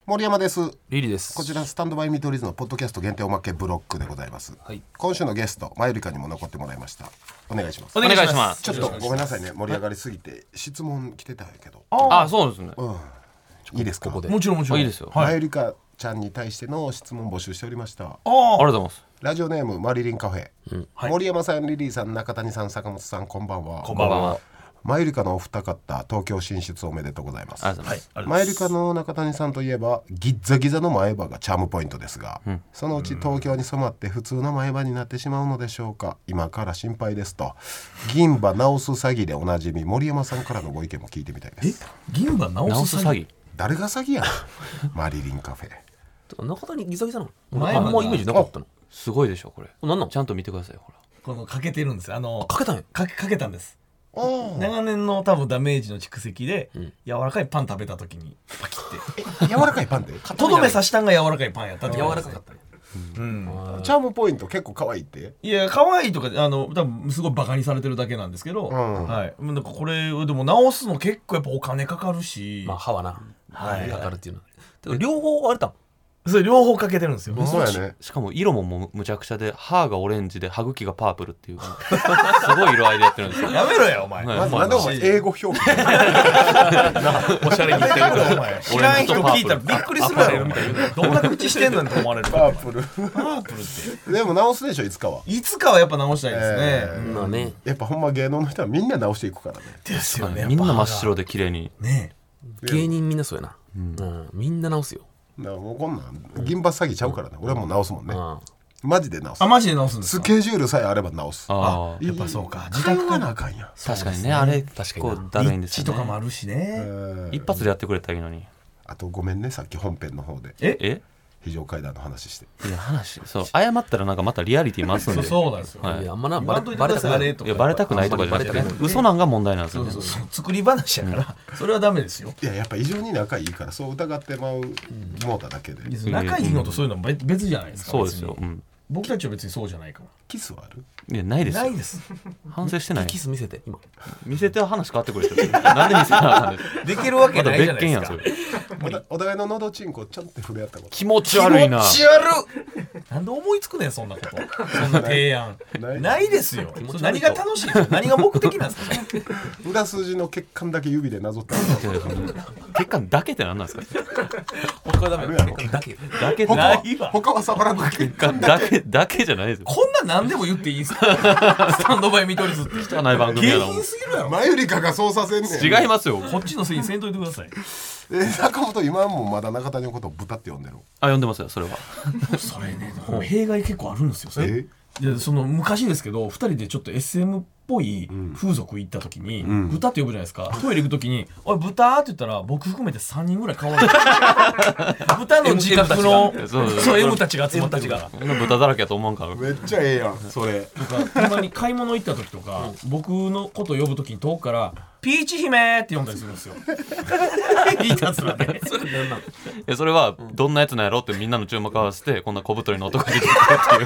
森山です。 リリーです。 こちらスタンドバイ見取り図のポッドキャスト限定おまけブロックでございます、 はい、 今週のゲストマユリカにも残ってもらいました。お願いします。 お願いします。 ちょっとごめんなさいね、盛り上がりすぎて質問来てたんやけど。 そうですね、 いいですか。 ここでもちろんいいですよ。 マユリカちゃんに対しての質問募集しておりました。 ありがとうございます。 ラジオネームマリリンカフェ、森山さん、リリーさん、中谷さん、坂本さん、こんばんは。 こんばんは。 マユリカのお二方、東京進出おめでとうございます。 ありがとうございます。 マユリカの中谷さんといえばギッザギザの前歯がチャームポイントですが、そのうち東京に染まって普通の前歯になってしまうのでしょうか。今から心配ですと、銀歯直す詐欺でおなじみ森山さんからのご意見も聞いてみたいです。 銀歯直す詐欺。 誰が詐欺やのマリリンカフェ。 中谷ギザギザなの。 前歯あんまイメージなかったの。すごいでしょこれ。なんなんちゃんと見てくださいよ。ほらこのかけてるんです。 かけたんや。 かけたんです。長年の多分ダメージの蓄積で、柔らかいパン食べた時にパキって柔らかいパンでとどめ刺したんが柔らかいパンやったって。 柔らかかったね。 チャームポイント結構可愛いって。 いや可愛いとか多分すごいバカにされてるだけなんですけど、はい。なんかこれでも直すの結構やっぱお金かかるし、 まあ歯はな、 はいかかるっていうのは。両方割れたん。 それ両方かけてるんですよ。 ほんまやね。 しかも色もむちゃくちゃで、歯がオレンジで歯茎がパープルっていうすごい色合いでやってるんですよ。 やめろやお前。 まずなんでお前英語表現おしゃれに言ってるけど、 知らん人聞いたらびっくりするやろみたいな。どんな口してんのにと思われる。 パープルってでも直すでしょ、いつかは。 いつかはやっぱ直したいですね。 まあね、 やっぱほんま芸能の人はみんな直していくからね。 ですよね。 みんな真っ白で綺麗にね。 芸人みんなそうやな。みんな直すよ。 もうこんなん銀歯詐欺ちゃうからね。俺はもう直すもんね。マジで直す。 マジで直すんですか。 スケジュールさえあれば直す。 やっぱそうか。 自宅はなあかんやん。 確かにね、あれ結構だるいんですよね。 とかもあるしね。 一発でやってくれたらいいのに。 あとごめんね、さっき本編の方で非常階段の話して。 いやそう謝ったらなんかまたリアリティ増すんで。 そうなんですよ。 はい。 あんまなバレたくない。 いやバレたくないとかじゃなくて、嘘なんが問題なんですよね。 作り話やからそれはダメですよ。 いや、やっぱ異常に仲いいからそう疑ってまうもうただけで。 仲いいのとそういうのも別じゃないですか。 そうですよ。 僕たちは別にそうじゃないから。 キスはある？ いや、ないですよ。 ないです。 反省してない。 キス見せて今。 見せては話変わってくる。なんで見せなあかんねん。 できるわけないじゃないですか。 お互いの喉チンコちょんって触れ合ったこと。 気持ち悪いな。 気持ち悪い。なんで思いつくねんそんなこと。そんな提案。ないですよ。何が楽しいですか。何が目的なんですか。 裏筋の血管だけ指でなぞった。 血管だけって何なんですか。 他はダメ。血管だけ。 だけないわ。 他は触らない。 血管だけじゃないですよ。 こんなん何でも言っていいんすか。スタンドバイ見取り図って汚い番組やな。 芸人すぎるやろ。 マユリカがそうさせんねん。 違いますよ。 こっちのせいにせんといてください。 坂本今もまだ中谷のことを豚って呼んでる。 呼んでますよそれは。 それね、弊害結構あるんですよ。その昔ですけど2人でちょっと SM っぽい風俗行った時に、豚って呼ぶじゃないですか。トイレ行く時に「おい豚」って言ったら僕含めて3人ぐらい顔が豚の自覚のそう M たちが集まったから豚だらけやと思うんか。 めっちゃええやんそれ。 たまに買い物行った時とか僕のこと呼ぶ時に遠くから「ピーチ姫」って呼んだりするんですよ。いいたつらね。 それはどんなやつなんやろってみんなの注目合わせて、こんな小太りの男が出てきてっていう。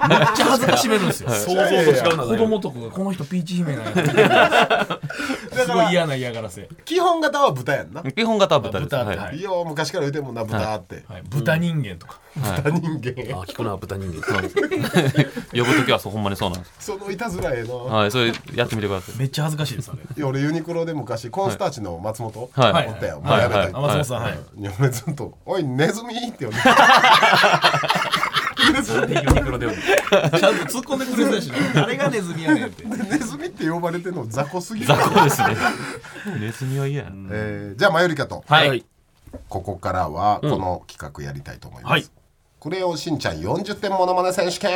めっちゃ恥ずかしめるんですよ。 想像と違うな。 子供とかがこの人ピーチ姫なんや。すごい嫌な嫌がらせ。 基本型は豚やんな。 基本型は豚です。 いや昔から言うてんもんな豚って。 豚人間とか。 豚人間。 聞くな豚人間。呼ぶときはほんまにそうなんです。 そのいたずらええな。 はい、それやってみてください。 めっちゃ恥ずかしいですあれ。 俺ユニクロで昔コーンスターチの松本おったよ。もうやめた。 松本さん。 俺ずっとおいネズミって呼んで。 ユニクロでちゃんと突っ込んでくれたし、誰がネズミやねんって。 ネズミって呼ばれてんの雑魚すぎる。 雑魚ですね。ネズミは嫌や。 じゃあマユリカと、 はいここからはこの企画やりたいと思います。クレヨンしんちゃん40点モノマネ選手権。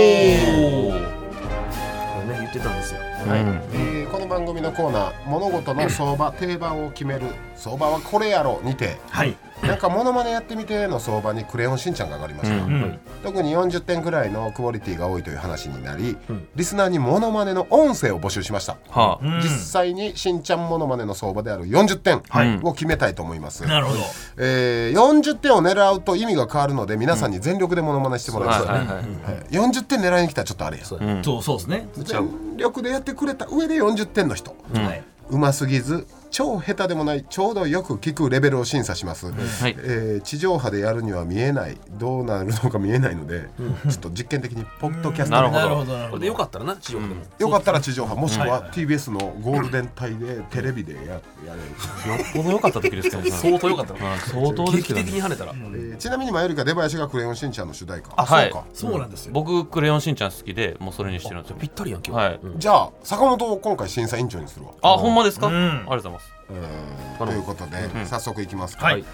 言ってたんですよ。 この番組のコーナー、物事の相場定番を決める相場はこれやろにて、なんかモノマネやってみての相場にクレヨンしんちゃんが上がりました。特に40点くらいのクオリティが多いという話になり、リスナーにモノマネの音声を募集しました。実際にしんちゃんモノマネの相場である40点を決めたいと思います。 なるほど。 40点を狙うと意味が変わるので、皆さんに全力でモノマネしてもらいます。40点狙いに来たらちょっとあれや。 そうですね。 全力でやってくれた上で40点の人、うますぎず超下手でもないちょうどよく聞くレベルを審査します、地上波でやるには見えないどうなるのか見えないので、ちょっっと実験的にポッドキャストで、 なるほどこれでよかったらな地上波でも、 よかったら地上波もしくは TBS のゴールデン帯でテレビでやれる。 よっぽど良かった時ですけどね。 相当良かったな。 相当ですけどね。 劇的に跳ねたら。 ちなみに前よりか出囃子がクレヨンしんちゃんの主題歌。 あ、 はいそうか。そうなんですよ。 僕クレヨンしんちゃん好きでもうそれにしてるんですよ。 ぴったりやん今日。 はい。 じゃあ坂本を今回審査委員長にするわ。 あ、ほんまですか。あうんりがとうございます。 ということで早速いきますか。 はい。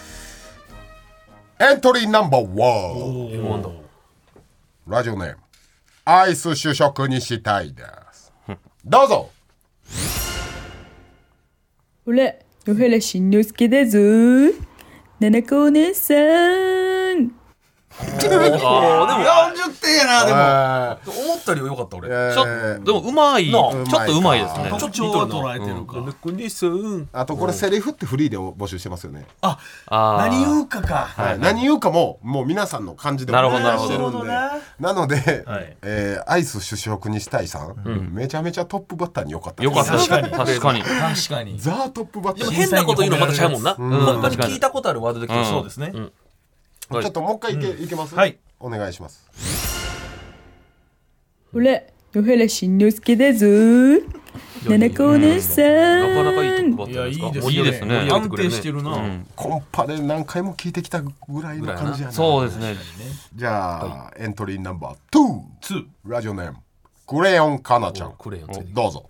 エントリーナンバー1、ラジオネームアイス主食にしたいです。どうぞ。 ほら、野原しんのすけだぞ。七子お姉さん。 でも 40点やな、でも。 思ったより良かった俺。 ちょっとでもうまい。ちょっとうまいですね。 特徴は捉えてるか。 あとこれセリフってフリーで募集してますよね。 あ、何言うかか。 何言うかももう皆さんの感じでお願いしてるんで、なのでアイス主食にしたいさんめちゃめちゃトップバッターに良かった。 よかった。確かに。 確かに。 ザトップバッター。 でも変なこと言うのまたちゃうもんな。本当に聞いたことあるワードで聞いた。 そうですね。 ちょっともう一回いけます？ はい。 お願いします。 ほら、野原しんのすけだぞ。七子お姉さん。 なかなかいいトップバッいや、 ターですか。 いいですいいですね。 安定してるな。 コンパで何回も聞いてきたぐらいの感じやな。 そうですね。 じゃあエントリーナンバー2、ラジオネームクレヨンかなちゃん、どうぞ。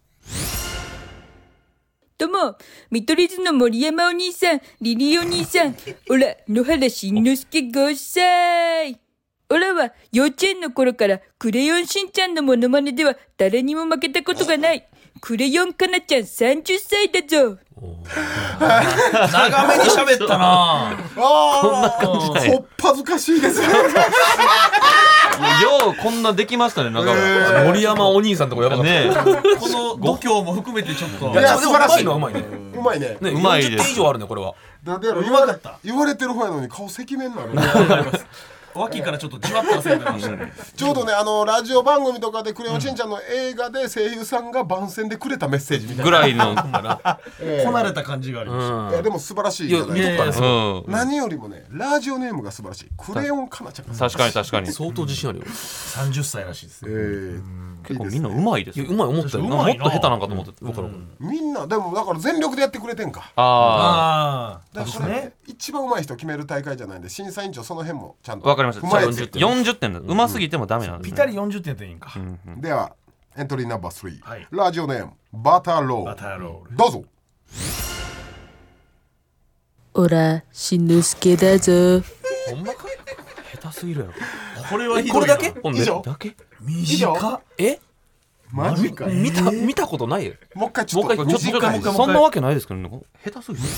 どうも、見取り図の森山お兄さん、リリーお兄さん、おら、野原しんのすけ5歳。おらは幼稚園の頃からクレヨンしんちゃんのモノマネでは誰にも負けたことがない。クレヨンかなちゃん30歳だぞ。 長めに喋ったな。 こんな感じだよ。 こっぱずかしいですね。 ようこんなできましたね。なんか森山お兄さんとかやばかったね。 この度胸も含めてちょっと。 いや素晴らしいのうまいね。 うまいね。 うまいです。 40点以上あるねこれは。 なんでやろ、言われてる方やのに顔赤面なの。 脇からちょっとじわっと汗が出ましたね。 ちょうどねラジオ番組とかでクレヨンしんちゃんの映画で声優さんが番宣でくれたメッセージみたいなぐらいの。 こなれた感じがありました。 いやでも素晴らしい。何よりもねラジオネームが素晴らしい。クレヨンかなちゃん。 確かに確かに。 相当自信あるよ。 30歳らしいですね。 結構みんなうまいです。 うまい思ったよ。 もっと下手なんかと思って。 みんなでもだから全力でやってくれてんか。 ああ。だからね一番うまい人決める大会じゃないんで審査委員長その辺もちゃんと。 わかりました。40点だ。うますぎてもダメなんですね。 ぴったり40点でいいんか。 ではエントリーナンバー3、ラジオネームバターロール、どうぞ。 おら、しんのすけだぞ。 ほんまか。 下手すぎるやろ。 これはこれだけ？ 以上だけ？ 短っ。 マジか。 見たことないよ。 もう一回ちょっとそんなわけないですけどね。下手すぎる。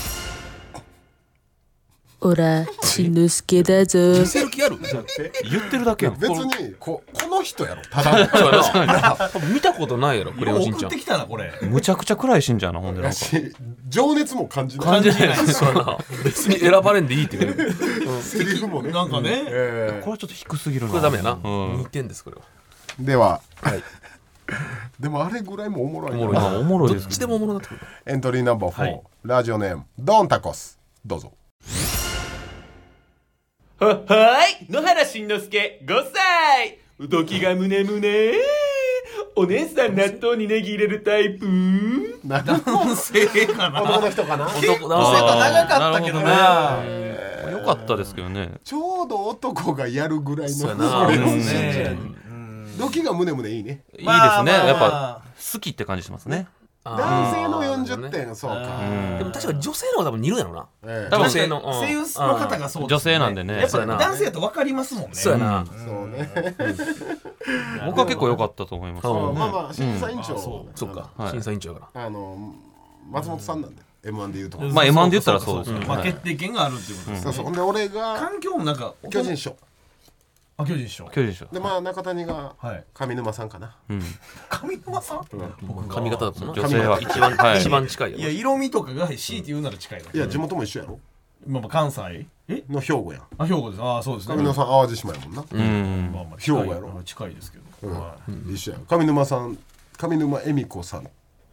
おら、しんのすけだぞ。 見せる気ある？ 言ってるだけやん。 別にこの人やろ。ただ見たことないやろクレヨンしんちゃん。 送ってきたなこれ。 むちゃくちゃ暗いしんじゃんなほんでなんか。 情熱も感じない。 感じない。 そうやな。別に選ばれんでいいって言う。 セリフもね。 なんかね。 これはちょっと低すぎるな。 これダメやな。2点ですこれは。 では。でもあれぐらいもおもろい。 おもろいです。 どっちでもおもろなってくる。 エントリーナンバー4、ラジオネームドンタコス、どうぞ。 はい野原しんのすけ5歳。動きがムネムネ。お姉さん納豆にネギ入れるタイプ。 男性かな。 男の人かな。 男性と長かったけどな。 よかったですけどね。 ちょうど男がやるぐらいの。動きがムネムネいいね。 いいですね。やっぱ好きって感じしますね。 男性の40点、そうか。 でも確かに女性の方が多分似るんやろな。 女性の声優の方がそう。 女性なんでね。 やっぱ男性だと分かりますもんね。 そうやな。 そうね。 僕は結構良かったと思います。 まあまあ審査委員長。 そうか。審査委員長やから。 松本さんなんで M1 で言うと。 まあ M1 で言ったらそうですね。 まあ決定権があるっていうことです。 そうそう。ほんで俺が環境もなんか巨人賞。 巨人賞。 でまあ中谷が上沼さんかな。 上沼さん？ 髪型だとな。 女性は一番近い。 いや色味とかが強いて言うなら近い。 いや地元も一緒やろ。 まあ関西の兵庫やん。 あ兵庫です。ああそうですね。 上沼さん淡路島やもんな。 まあまあ兵庫やろ。 近いですけど。 一緒や。上沼さん上沼恵美子さん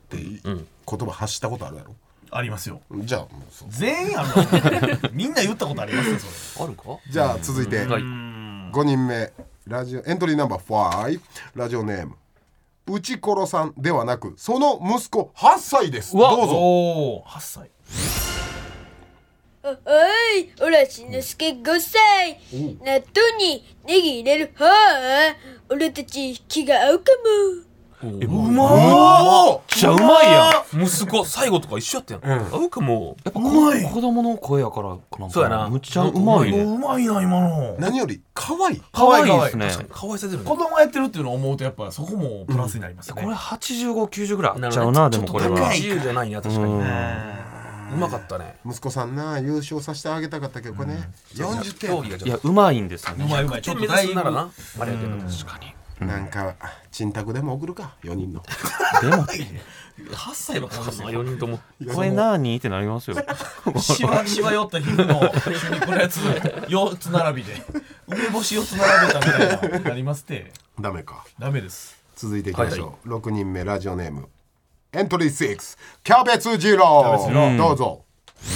って言葉発したことあるやろ。 ありますよ。 じゃあそう全員あるのみんな言ったことありますよそれ。 あるか。 じゃあ続いて5人目ラジオエントリーナンバー5ラジオネームうちころさんではなくその息子8歳です。どうぞ。 おお8歳。 おい、おらしんのすけ5歳。納豆にネギ入れる方。俺たち気が合うかも。 うまめっちゃうまいやん。 息子最後とか一緒やったやん。合うかも。 やっぱうまい子供の声やからかな。 そうやなむっちゃうまいね。 うまいな今の。 何より可愛い。 可愛いですね。 確かに可愛さ出るね。 子供やってるっていうのを思うとやっぱそこもプラスになりますね。 これ85、90ぐらいなるほどあっちゃうな。でもこれは自由じゃないな確かに。うまかったね。 息子さんな優勝させてあげたかったけどこれね40点。 競技がちょっいやうまいんですよね。 うまいうまい。 と目指すならな。あれやけど確かに。 なんか賃貸でも送るか4人の。 でも 8歳の子ですよ。 4人ともこれなーにってなりますよ。 しわ寄った皮膚の主肉のやつ4つ並びで梅干し4つ並べたみたいななりますってダメか。 ダメです。 続いていきましょう、6人目ラジオネームエントリー6キャベツ二郎どうぞ。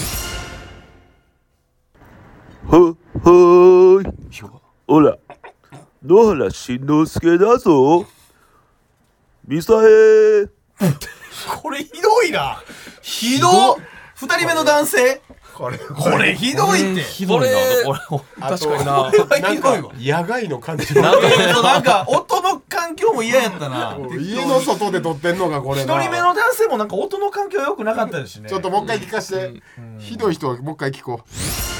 はーい。ほら、野原しんのすけだぞ。ミサエこれひどいな。ひどっ。2人目の男性これひどいって。 ひどいな。これ確かにな。 ひどいわ。 野外の感じなんか音の環境も嫌やったな。 家の外で撮ってんのがこれな。 1人目の男性もなんか音の環境良くなかったですしね。 ちょっともう一回聞かせて、ひどい人もう一回聞こう。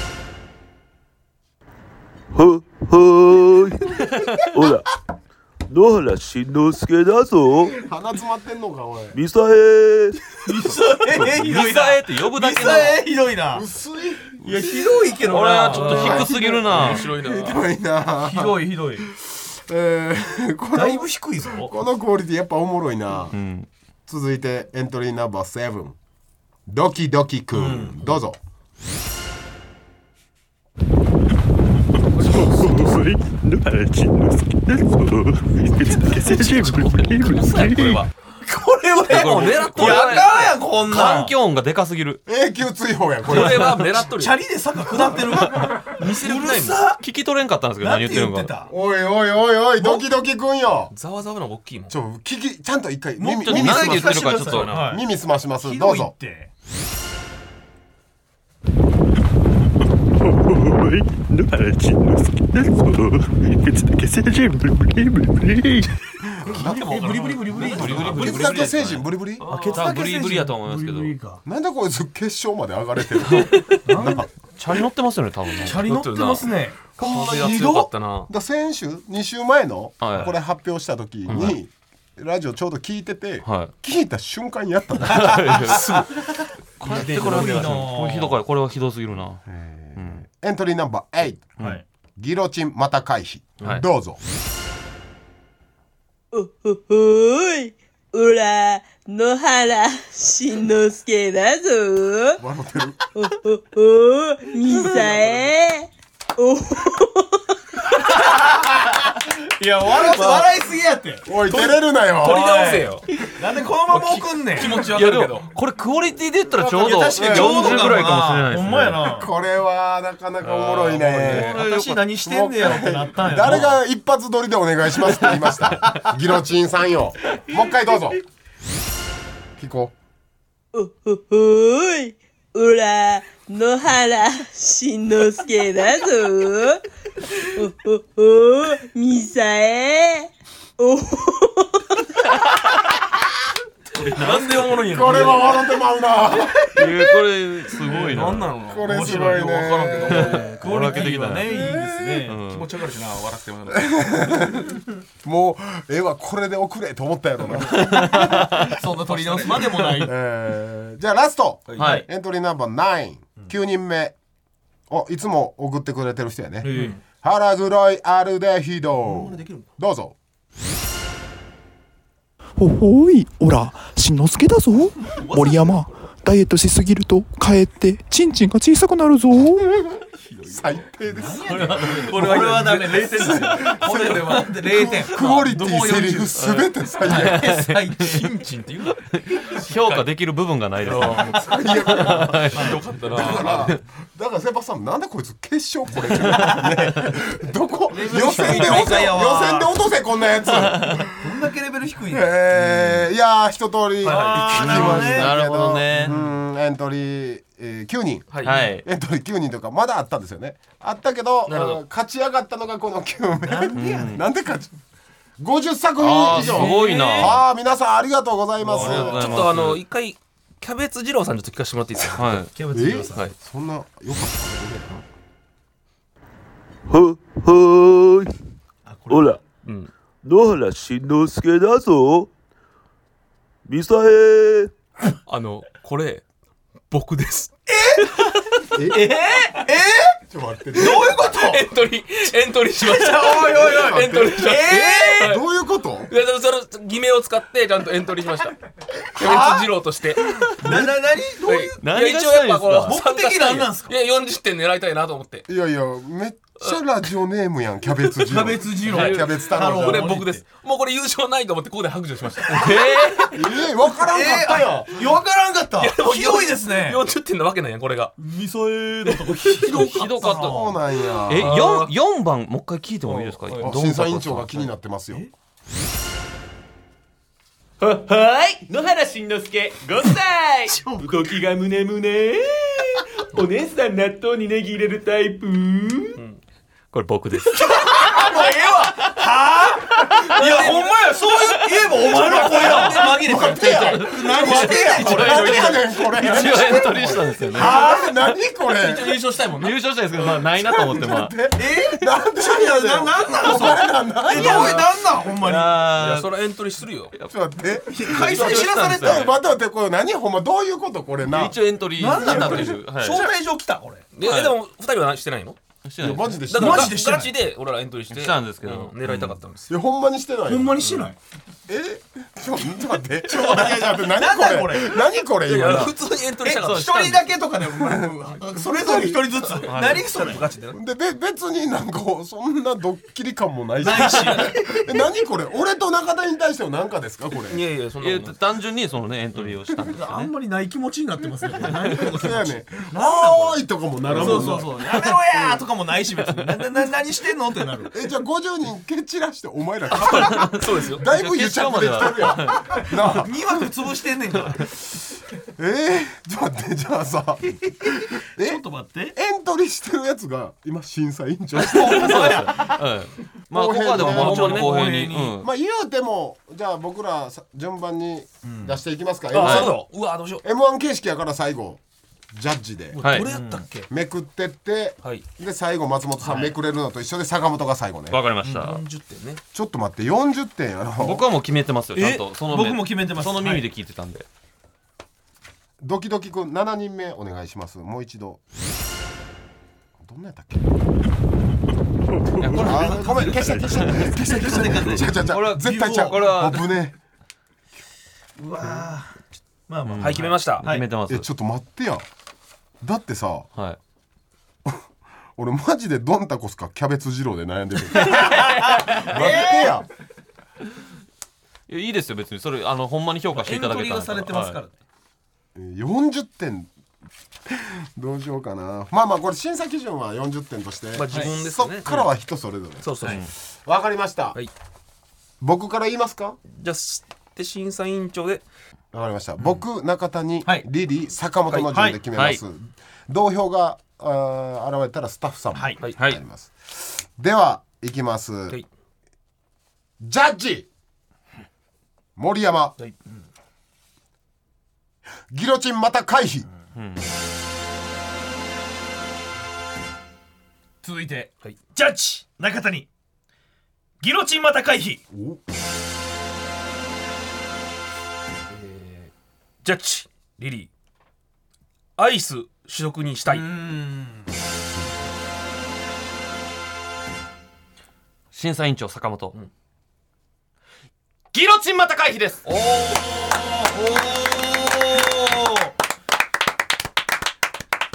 はーい。ほら、野原しんのすけだぞ。 鼻詰まってんのかおい。 ミサエミサエひどいな。 ミサエって呼ぶだけな。 ミサエひどいな。 薄い。 いやひどいけどな。 これはちょっと低すぎるな。 面白いな。 ひどいな。 ひどいひどい。だいぶ低いぞ。 このクオリティやっぱおもろいな、続いてエントリーナンバー7ドキドキくん、どうぞ。 野原しんのすけだぞ。 これはもう狙っとるやんやんこんなん。 環境音がでかすぎる。 永久追放やここれは狙っとるよ。 チャリで坂下ってる。 見せるくらいもん。 聞き取れんかったんですけどなん何言ってるのか。 て言ってた。 おいおいおいおいドキドキくんよ。 ざわざわの大きいもん。 ちゃんと一回もっと耳何言すまってるかちょっとはい耳すまします。 ひどどうぞ。 いって。 野原しんのすけだぞ。別だけ成人ブリブリブリブリ。 ブリブリブリブリ。 ブリだけ星人ブリブリ。 ケツだけブリブリやと思いますけど。 ブリブリか。 なんでこいつ決勝まで上がれてるの。 チャリ乗ってますよね多分ね。 チャリ乗ってますね。 風が強かったな。 先週2週前のはいこれ発表した時にラジオちょうど聞いてて、 はい聞いた瞬間にやったの。 これってこれはひどい。これはひどすぎるな。 エントリーナンバー8、 はい。 ギロチンまた回避、 はいどうぞ。 おほほーい。おら、野原しんのすけだぞ。 笑ってる。 おほほー、みさえ。おほいや笑いすぎやって。 おい照れるなよ。 取り直せよ。 なんでこのまま送んねん。 気持ちわいやでもかるけど。 これクオリティで言ったらちょうど確かにちょうど 40ぐらいかもしれないですね。 ほんまやな。 これはなかなかおもろいね。 私何してんねやろってなったんや。 誰が一発撮りでお願いしますって言いました。ギロチンさんよ。もう一回どうぞ。聞こおほほーい。おら、野原しんのすけだぞ。おほほー、みさえ。おほなんでおもろいんやう。 ろ。 これは笑ってまうな。 これすごいな。 なんなの。 これすごいね。 分からんけど。クオリティはねいいですね。 気持ちわかるしな。笑ってもらう。 もうこれで送れと思ったやろな。 そんな取り直すまでもない。 じゃあラスト、 はい。 エントリーナンバー9人目。いつも送ってくれてる人やね。腹黒いアルデヒド、どうぞ。 ほほーい、おら、しんのすけだぞ。森山、ダイエットしすぎるとかえってチンチンが小さくなるぞ。 最低です。 これはダメ、0点ですよ。これでは0点。 クオリティ、セリフすべて最悪。 チンチンっていうの。 評価できる部分がないです。 最悪。 よかったな。 だからセバさんなんでこいつ決勝これ、ね、どこ予選で落とせこんなやつ。 どんだけレベル低いの。 いや一通り聞きましたけど、 なるほどね。 エントリー、9人、 はい、 エントリー9人とかまだあったんですよね。あったけど勝ち上がったのがこの9名。なんで勝ち50作品以上。 すごいな。 皆さんありがとうございます。 ちょっと一回キャベツ二郎さんちょっと聞かせてもらっていいですか。 はい。 キャベツ二郎さん。 そんなよかったはーい。ほら、野原しんのすけだぞ。ミサエ。 これ僕です。 ちょっと待って、どういうことエントリーしました。エントリーしました。 どういうこと？ いや、その偽名を使ってちゃんとエントリーしました。キャベツ二郎として。 何どういう何がしたいんですか？ 目的何なんですか？ いや、40点狙いたいなと思って。 いやいや、めっちゃラジオネームやん。キャベツ二郎。 キャベツ二郎。 キャベツ太郎。 これ僕です。もうこれ優勝ないと思ってここで白状しました。 わからんかったよ。 わからんかった。ひどいですね。 40点なわけないやん、これが。 ミサエのとこひどかった。 そうなんや。 4番もう一回聞いてもいいですか？ 審査委員長が気になってますよ。 野原しんのすけ5歳。動きがムネムネ。お姉さん納豆にネギ入れるタイプ。 これ僕です。 もうええわ。いやほんまや、そう言えばお前の声や。紛れてる。何してんこれ。 何やねんこれ。 一応エントリーしたんですよね。 何これ。 優勝したいもんね。 優勝したいですけど、まあないなと思ってなんでなんなのそれ。なんなんほんまに。 いや、それエントリーするよ。 ちょっと待って。 開催知らされたよ。 待ってこれ何ほんまどういうことこれな。 一応エントリーしたっていう。 招待状来たこれ。 でも2人はしてないの？ してない。 マジでしだからてない。 ガチで俺らエントリーしてしたんですけど狙いたかったんですいやほんまにしてない。 ほんまにしてない。 ちょっと待って。何これ。何これいや今な。 普通にエントリーしたかった。 一人だけとかでそれぞれ一人ずつ。何それ。 ガチでで別になんかそんなドッキリ感もないし。何これ。俺と中田に対しては何かですかこれ。 いやいや、そんなことない。 単純にそのねエントリーをしたんですよね。 あんまりない気持ちになってますね。 そうやね。あーいとかもならんもんな。 そうやめろやーとかもないし別に。何してんのってなる。 じゃあ50人蹴散らしてお前ら勝そうですよ。 だいぶ癒着できてるやん。なあ。 2枠潰してんねんから。 ちょっと待ってじゃあさ。 ちょっと待って。 エントリーしてるやつが今審査委員長してる。 まあここはでももうちょっと公平に。 まあ言うてもじゃあ僕ら順番に出していきますか。 そうだ。うわ、どうしよう。 M1 形式やから最後ジャッジでどれやったっけ？ めくってってはい。 で最後松本さんめくれるのと一緒で坂本が最後ね。 わかりました。 40点ね。 ちょっと待って40点やろ。 僕はもう決めてますよちゃんと。その僕も決めてます。 その耳で聞いてたんで。 ドキドキくん7人目お願いします。もう一度。どんなやったっけ。ごめん消したこれは絶対ちゃう。 これは危ねうわまあまあはい、決めました。 決めてます。 ちょっと待ってや。だってさはい。 俺マジでドンタコスかキャベツ二郎で悩んでる。待ってや。 いやいいですよ別にそれほんまに評価していただけたんだエントリーがされてますからね。 40点どうしようかな。まあこれ審査基準は40点として、 まあ自分ですそね。 っからは人それぞれ。 そうそう。 わかりました、 はい。 僕から言いますか。 じゃあで審査委員長で。 わかりました、僕中谷、 はいリリー坂本の順で決めます、同票が現れたらスタッフさんもはいやります、ではいきます、 いジャッジ森山、 はいギロチンまた回避、 続いてはいジャッジ中谷ギロチンまた回避。 ジャッジリリーアイス主食にしたい。 審査委員長坂本。ギロチンまた回避です。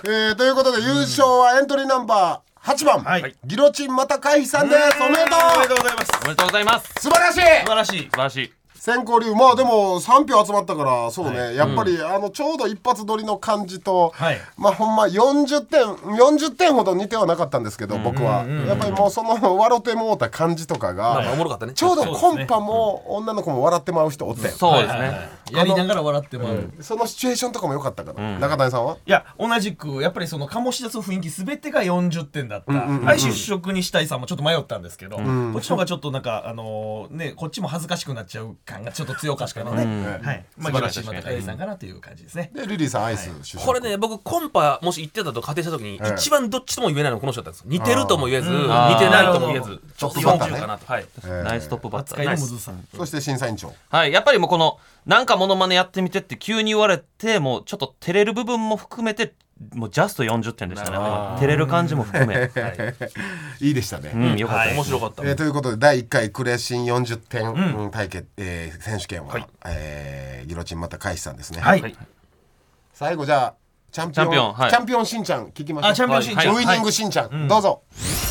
ということで優勝はエントリーナンバー8番、ギロチンまた回避さんです。おめでとう。 おめでとうございます。 おめでとうございます。 素晴らしい。 素晴らしい。 素晴らしい。 先行流、まあでも3票集まったからそうね、やっぱりちょうど一発撮りの感じと、まあほんま40点ほど似てはなかったんですけど、僕はやっぱりもうその笑ってもうた感じとかがおもろかったね。 ちょうどコンパも女の子も笑ってまう人おって、 そうですね、 やりながら笑ってまう、 そのシチュエーションとかも良かったから。中谷さんは？ いや同じくやっぱりその醸し出す雰囲気全てが40点だった。出色にしたいさんもちょっと迷ったんですけど、こっちの方がちょっとなんかね、こっちも恥ずかしくなっちゃう感がちょっと強かったので、はい、まあギロチンまた回避さんかなという感じですね。 でリリーさんアイス出身。 これね、僕コンパもし行ってたと仮定した時に一番どっちとも言えないのがこの人だったんです。似てるとも言えず似てないとも言えず、ちょっと40かなと。 ナイストップバッター。 扱いのむずさ。 そして審査委員長。 はい、やっぱりもうこのなんかモノマネやってみてって急に言われて、もうちょっと照れる部分も含めてもうジャスト40点でしたね。照れる感じも含めいいでしたね。 よかった。 面白かった。 ということで第1回クレシン40点対決選手権はギロチンまた回避さんですね。最後じゃあチャンピオンしんちゃん聞きましょう。 チャンピオンしんちゃん、 ウイニングしんちゃんどうぞ。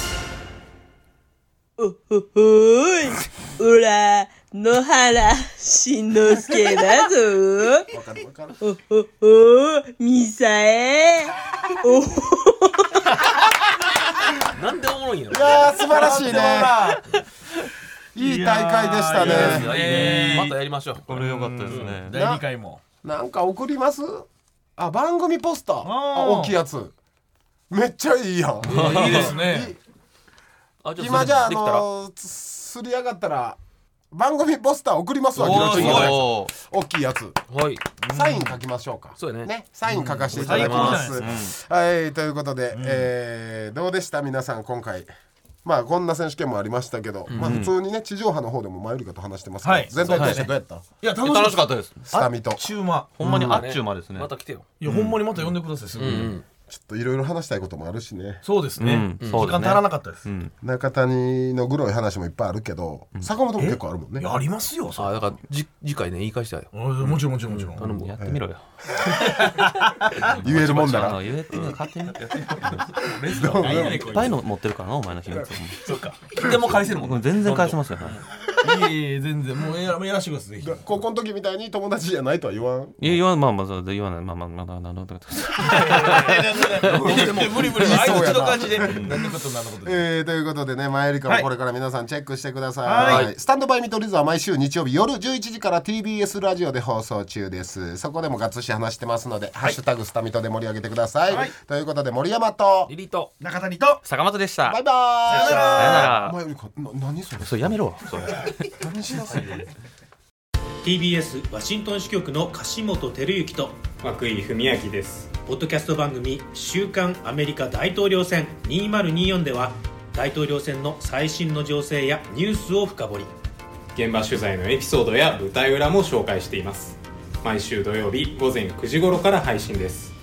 おい、おら野原しんのすけだぞ。 わかるわかる。 ミサエ。 なんでおもろいんやろ。 いや素晴らしいね。いい大会でしたね。 またやりましょう。 これ良かったですね。 第2回もなんか送ります？番組ポスター大きいやつめっちゃいいやん。 いいですね。 今じゃあすり上がったら番組ポスター送りますわ。ギロチン大きいやつ。サイン書きましょうか。 そうね。 サイン書かせていただきます。はい、ということでどうでした皆さん今回。まあこんな選手権もありましたけど、まあ普通にね地上波の方でもマユリカと話してますけど、全体通してどうやった？ いや楽しかったです。 スタミとチューマ、 ほんまにあっちゅう間ですね。 また来てよ。 いやほんまにまた呼んでくださいすぐ。 ちょっといろいろ話したいこともあるしね。 そうですね。時間足らなかったです。 中谷のグロい話もいっぱいあるけど、坂本も結構あるもんね。 ありますよ。 だから次回ね言い返したいよ。 もちろんもちろんもちろん。 頼む。 やってみろよ。 言えるもんだな。 言えてみろ勝手に。いっぱいの持ってるからなお前の秘密。 そうか。でも返せるもん。 全然返せますよ。 いえ全然もうやらしてください。 高校の時みたいに友達じゃないとは言わん。 いや言わん、まあまあ言わない、まあなるほど。 無理相手の感じで何のこと何のことで。 ということでね、マユリカもこれから皆さんチェックしてください。スタンドバイ見取り図は毎週日曜日夜11時から TBS ラジオで放送中です。そこでもガッツシ話してますので、ハッシュタグスタミトで盛り上げてください。ということで森山とリリーと中谷と坂本でした。 バイバーイ。 さよなら。 マユリカ何それ？ それやめろ。 何しなさいよ。 TBS ワシントン支局の樫本照之と涌井文明です。 ポッドキャスト番組週刊アメリカ大統領選2024では大統領選の最新の情勢やニュースを深掘り、 現場取材のエピソードや舞台裏も紹介しています。毎週土曜日午前9時頃から配信です。